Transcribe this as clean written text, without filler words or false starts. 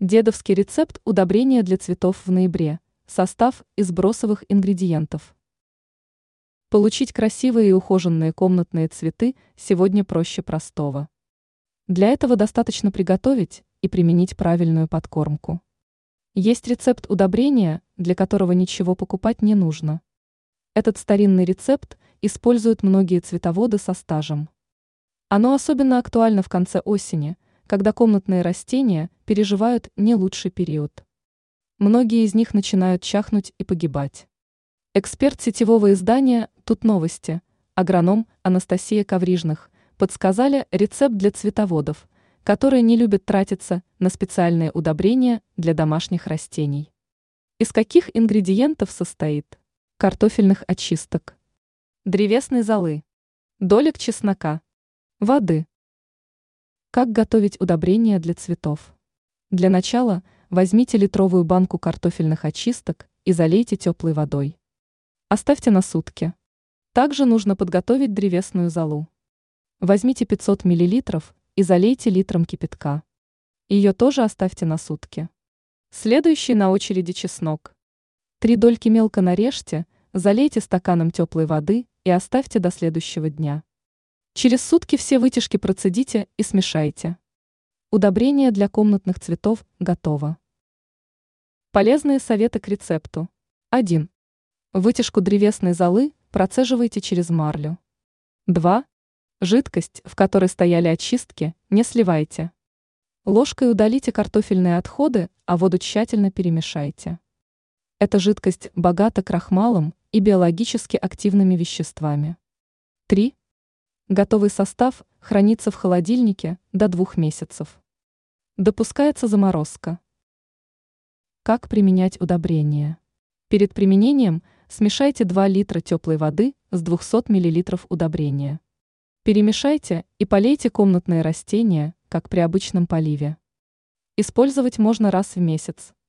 Дедовский рецепт удобрения для цветов в ноябре. Состав из бросовых ингредиентов. Получить красивые и ухоженные комнатные цветы сегодня проще простого. Для этого достаточно приготовить и применить правильную подкормку. Есть рецепт удобрения, для которого ничего покупать не нужно. Этот старинный рецепт используют многие цветоводы со стажем. Оно особенно актуально в конце осени, когда комнатные растения переживают не лучший период. Многие из них начинают чахнуть и погибать. Эксперт сетевого издания «Тут новости», агроном Анастасия Коврижных, подсказали рецепт для цветоводов, которые не любят тратиться на специальные удобрения для домашних растений. Из каких ингредиентов состоит? Картофельных очисток, древесной золы, долек чеснока, воды. Как готовить удобрения для цветов? Для начала возьмите литровую банку картофельных очисток и залейте теплой водой. Оставьте на сутки. Также нужно подготовить древесную золу. Возьмите 500 мл и залейте литром кипятка. Ее тоже оставьте на сутки. Следующий на очереди чеснок. 3 дольки мелко нарежьте, залейте стаканом теплой воды и оставьте до следующего дня. Через сутки все вытяжки процедите и смешайте. Удобрение для комнатных цветов готово. Полезные советы к рецепту. 1. Вытяжку древесной золы процеживайте через марлю. 2. Жидкость, в которой стояли очистки, не сливайте. Ложкой удалите картофельные отходы, а воду тщательно перемешайте. Эта жидкость богата крахмалом и биологически активными веществами. 3. Готовый состав хранится в холодильнике до 2 месяцев. Допускается заморозка. Как применять удобрения? Перед применением смешайте 2 литра теплой воды с 200 мл удобрения. Перемешайте и полейте комнатные растения, как при обычном поливе. Использовать можно раз в месяц.